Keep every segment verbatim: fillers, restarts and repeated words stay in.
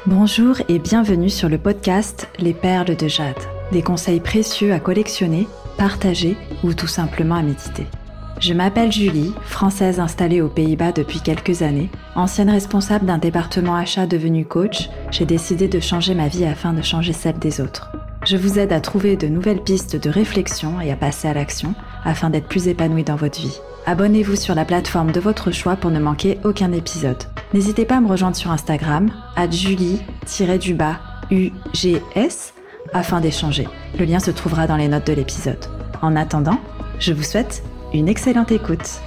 Bonjour et bienvenue sur le podcast Les Perles de Jade. Des conseils précieux à collectionner, partager ou tout simplement à méditer. Je m'appelle Julie, française installée aux Pays-Bas depuis quelques années. Ancienne responsable d'un département achat devenu coach, j'ai décidé de changer ma vie afin de changer celle des autres. Je vous aide à trouver de nouvelles pistes de réflexion et à passer à l'action afin d'être plus épanoui dans votre vie. Abonnez-vous sur la plateforme de votre choix pour ne manquer aucun épisode. N'hésitez pas à me rejoindre sur Instagram, arobase julie-u g s, afin d'échanger. Le lien se trouvera dans les notes de l'épisode. En attendant, je vous souhaite une excellente écoute.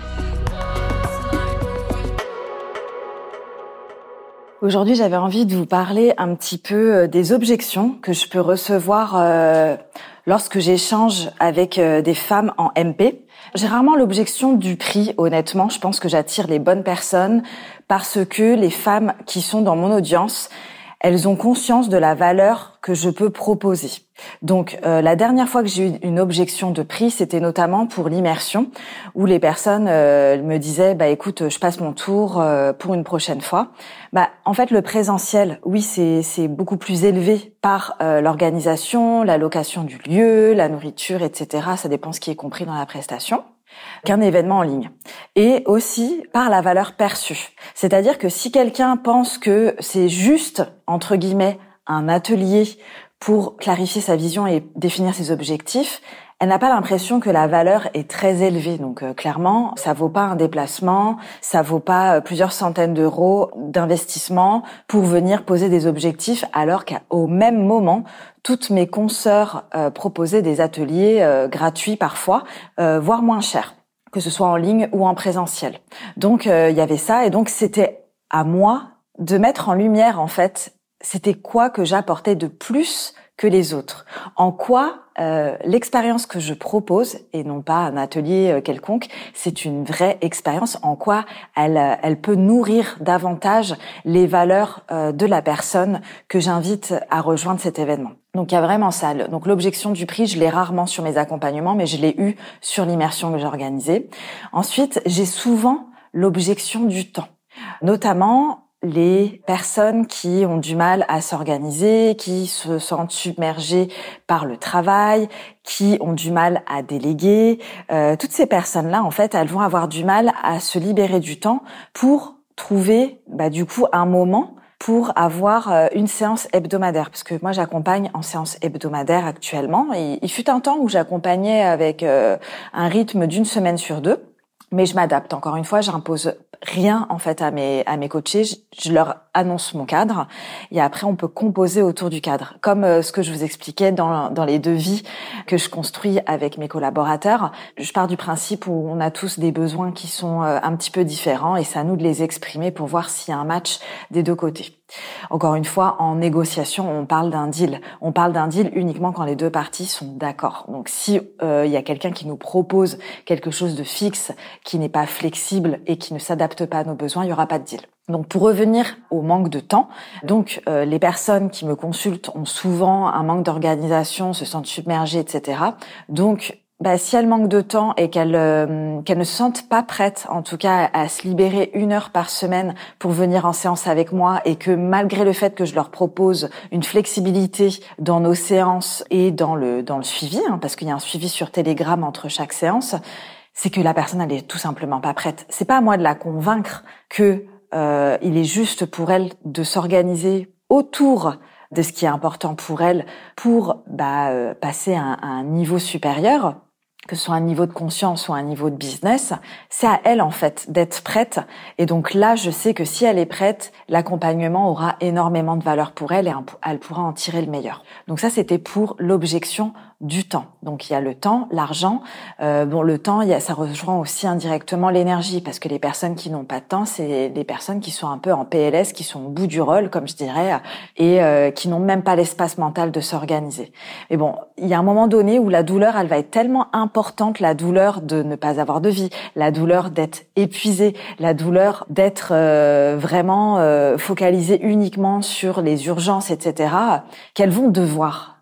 Aujourd'hui, j'avais envie de vous parler un petit peu des objections que je peux recevoir euh, lorsque j'échange avec euh, des femmes en M P. J'ai rarement l'objection du prix, honnêtement. Je pense que j'attire les bonnes personnes parce que les femmes qui sont dans mon audience, elles ont conscience de la valeur que je peux proposer. Donc, euh, la dernière fois que j'ai eu une objection de prix, c'était notamment pour l'immersion, où les personnes euh, me disaient, bah écoute, je passe mon tour euh, pour une prochaine fois. Bah, en fait, le présentiel, oui, c'est c'est beaucoup plus élevé par euh, l'organisation, la location du lieu, la nourriture, et cetera. Ça dépend ce qui est compris dans la prestation, qu'un événement en ligne. Et aussi par la valeur perçue. C'est-à-dire que si quelqu'un pense que c'est juste, entre guillemets, un atelier pour clarifier sa vision et définir ses objectifs, elle n'a pas l'impression que la valeur est très élevée. Donc euh, clairement, ça vaut pas un déplacement, ça vaut pas euh, plusieurs centaines d'euros d'investissement pour venir poser des objectifs, alors qu'au même moment, toutes mes consoeurs euh, proposaient des ateliers euh, gratuits parfois, euh, voire moins chers, que ce soit en ligne ou en présentiel. Donc il euh, y avait ça, et donc c'était à moi de mettre en lumière, en fait, c'était quoi que j'apportais de plus que les autres. En quoi euh, l'expérience que je propose, et non pas un atelier euh, quelconque, c'est une vraie expérience, en quoi elle, euh, elle peut nourrir davantage les valeurs euh, de la personne que j'invite à rejoindre cet événement. Donc il y a vraiment ça. Donc l'objection du prix, je l'ai rarement sur mes accompagnements, mais je l'ai eu sur l'immersion que j'ai organisée. Ensuite, j'ai souvent l'objection du temps, notamment les personnes qui ont du mal à s'organiser, qui se sentent submergées par le travail, qui ont du mal à déléguer. Euh, toutes ces personnes-là, en fait, elles vont avoir du mal à se libérer du temps pour trouver, bah, du coup, un moment pour avoir euh, une séance hebdomadaire. Parce que moi, j'accompagne en séance hebdomadaire actuellement. Et il fut un temps où j'accompagnais avec euh, un rythme d'une semaine sur deux. Mais je m'adapte. Encore une fois, j'impose rien en fait à mes à mes coachés. Je, je leur annonce mon cadre et après on peut composer autour du cadre. Comme euh, ce que je vous expliquais dans dans les devis que je construis avec mes collaborateurs. Je pars du principe où on a tous des besoins qui sont euh, un petit peu différents et c'est à nous de les exprimer pour voir s'il y a un match des deux côtés. Encore une fois, en négociation, on parle d'un deal. On parle d'un deal uniquement quand les deux parties sont d'accord. Donc, si euh, il y a quelqu'un qui nous propose quelque chose de fixe, qui n'est pas flexible et qui ne s'adapte pas à nos besoins, il y aura pas de deal. Donc, pour revenir au manque de temps, donc euh, les personnes qui me consultent ont souvent un manque d'organisation, se sentent submergées, et cetera. Donc, bah, si elles manquent de temps et qu'elles euh, qu'elles ne se sentent pas prêtes, en tout cas, à, à se libérer une heure par semaine pour venir en séance avec moi, et que malgré le fait que je leur propose une flexibilité dans nos séances et dans le dans le suivi, hein, parce qu'il y a un suivi sur Telegram entre chaque séance, c'est que la personne elle est tout simplement pas prête. C'est pas à moi de la convaincre que euh, il est juste pour elle de s'organiser autour de ce qui est important pour elle pour bah, euh, passer à un, à un niveau supérieur, que ce soit un niveau de conscience ou un niveau de business. C'est à elle en fait d'être prête, et donc là je sais que si elle est prête, l'accompagnement aura énormément de valeur pour elle et elle pourra en tirer le meilleur. Donc ça c'était pour l'objection du temps. Donc il y a le temps, l'argent. Euh, bon, le temps, il y a, ça rejoint aussi indirectement l'énergie, parce que les personnes qui n'ont pas de temps, c'est les personnes qui sont un peu en P L S, qui sont au bout du rôle, comme je dirais, et euh, qui n'ont même pas l'espace mental de s'organiser. Mais bon, il y a un moment donné où la douleur, elle va être tellement importante, la douleur de ne pas avoir de vie, la douleur d'être épuisé, la douleur d'être euh, vraiment euh, focalisée uniquement sur les urgences, et cetera, qu'elles vont devoir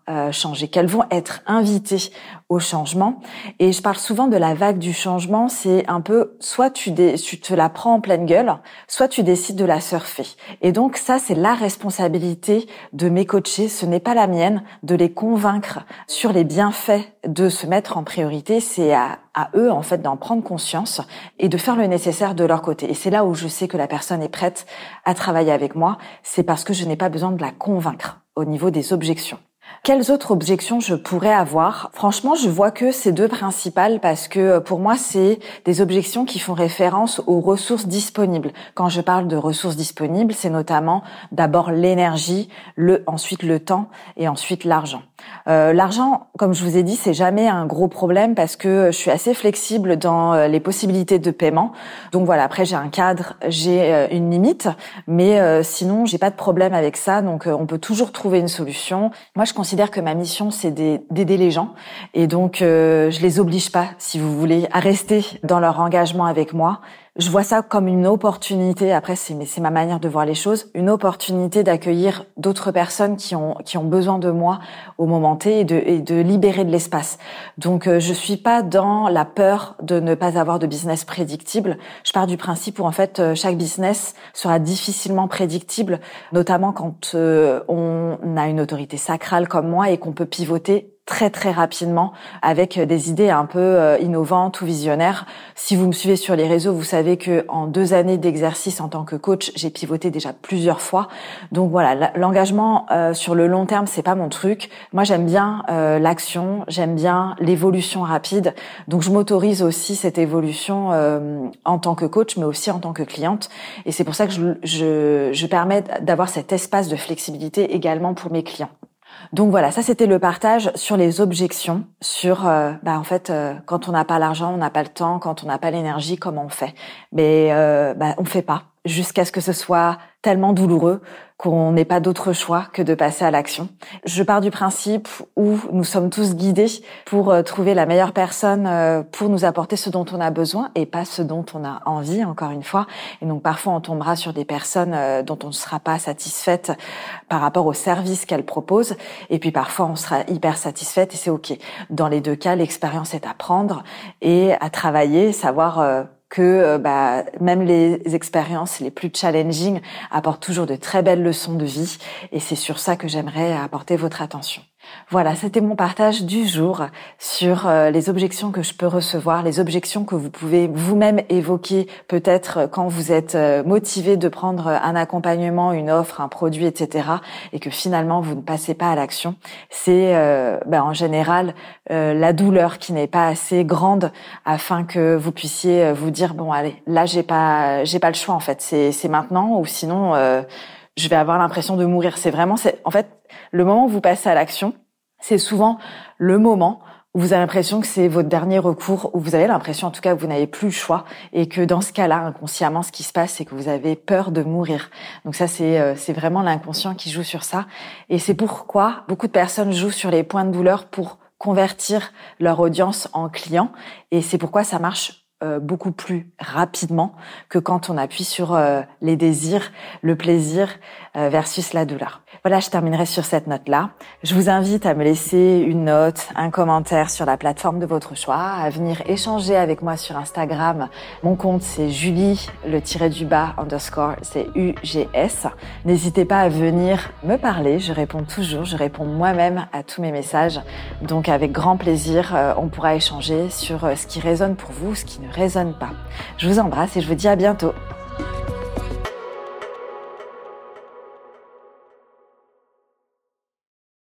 euh, changer, qu'elles vont être invitées au changement. Et je parle souvent de la vague du changement, c'est un peu, soit tu, dé, tu te la prends en pleine gueule, soit tu décides de la surfer. Et donc ça, c'est la responsabilité de mes coachés, ce n'est pas la mienne, de les convaincre sur les bienfaits de se mettre en priorité, c'est à, à eux en fait d'en prendre conscience et de faire le nécessaire de leur côté. Et c'est là où je sais que la personne est prête à travailler avec moi, c'est parce que je n'ai pas besoin de la convaincre au niveau des objections. Quelles autres objections je pourrais avoir ? Franchement, je vois que ces deux principales parce que pour moi, c'est des objections qui font référence aux ressources disponibles. Quand je parle de ressources disponibles, c'est notamment d'abord l'énergie, le, ensuite le temps et ensuite l'argent. Euh, l'argent, comme je vous ai dit, c'est jamais un gros problème parce que je suis assez flexible dans les possibilités de paiement. Donc voilà, après j'ai un cadre, j'ai une limite, mais euh, sinon j'ai pas de problème avec ça. Donc euh, on peut toujours trouver une solution. Moi, je considère que ma mission, c'est d'aider les gens. Et donc, euh, je les oblige pas, si vous voulez, à rester dans leur engagement avec moi. Je vois ça comme une opportunité, après c'est c'est ma manière de voir les choses, une opportunité d'accueillir d'autres personnes qui ont qui ont besoin de moi au moment T et de et de libérer de l'espace. Donc euh, je suis pas dans la peur de ne pas avoir de business prédictible. Je pars du principe où en fait euh, chaque business sera difficilement prédictible, notamment quand euh, on a une autorité sacrale comme moi et qu'on peut pivoter très très rapidement avec des idées un peu euh, innovantes ou visionnaires. Si vous me suivez sur les réseaux, vous savez que en deux années d'exercice en tant que coach, j'ai pivoté déjà plusieurs fois. Donc voilà, l'engagement euh, sur le long terme, c'est pas mon truc. Moi, j'aime bien euh, l'action, j'aime bien l'évolution rapide. Donc je m'autorise aussi cette évolution euh, en tant que coach, mais aussi en tant que cliente. Et c'est pour ça que je, je, je permets d'avoir cet espace de flexibilité également pour mes clients. Donc voilà, ça c'était le partage sur les objections, sur euh, bah en fait euh, quand on n'a pas l'argent, on n'a pas le temps, quand on n'a pas l'énergie, comment on fait ? Mais euh, bah on fait pas jusqu'à ce que ce soit tellement douloureux qu'on n'ait pas d'autre choix que de passer à l'action. Je pars du principe où nous sommes tous guidés pour euh, trouver la meilleure personne euh, pour nous apporter ce dont on a besoin et pas ce dont on a envie, encore une fois. Et donc parfois on tombera sur des personnes euh, dont on ne sera pas satisfaite par rapport au service qu'elles proposent. Et puis parfois on sera hyper satisfaite et c'est ok. Dans les deux cas, l'expérience est à prendre et à travailler, savoir euh, que bah, même les expériences les plus challenging apportent toujours de très belles leçons de vie et c'est sur ça que j'aimerais apporter votre attention. Voilà, c'était mon partage du jour sur euh, les objections que je peux recevoir, les objections que vous pouvez vous-même évoquer peut-être quand vous êtes euh, motivé de prendre un accompagnement, une offre, un produit, et cetera et que finalement vous ne passez pas à l'action. C'est euh, ben, en général euh, la douleur qui n'est pas assez grande afin que vous puissiez vous dire bon allez, là j'ai pas j'ai pas le choix en fait, c'est c'est maintenant ou sinon euh, je vais avoir l'impression de mourir. C'est vraiment c'est en fait le moment où vous passez à l'action, c'est souvent le moment où vous avez l'impression que c'est votre dernier recours, où vous avez l'impression en tout cas que vous n'avez plus le choix et que dans ce cas-là, inconsciemment, ce qui se passe, c'est que vous avez peur de mourir. Donc ça, c'est euh, c'est vraiment l'inconscient qui joue sur ça. Et c'est pourquoi beaucoup de personnes jouent sur les points de douleur pour convertir leur audience en clients. Et c'est pourquoi ça marche Euh, beaucoup plus rapidement que quand on appuie sur euh, les désirs, le plaisir euh, versus la douleur. Voilà, je terminerai sur cette note-là. Je vous invite à me laisser une note, un commentaire sur la plateforme de votre choix, à venir échanger avec moi sur Instagram. Mon compte, c'est Julie, le tiré du bas, underscore, c'est U G S. N'hésitez pas à venir me parler, je réponds toujours, je réponds moi-même à tous mes messages. Donc avec grand plaisir, euh, on pourra échanger sur euh, ce qui résonne pour vous, ce qui ne résonne pas. Je vous embrasse et je vous dis à bientôt.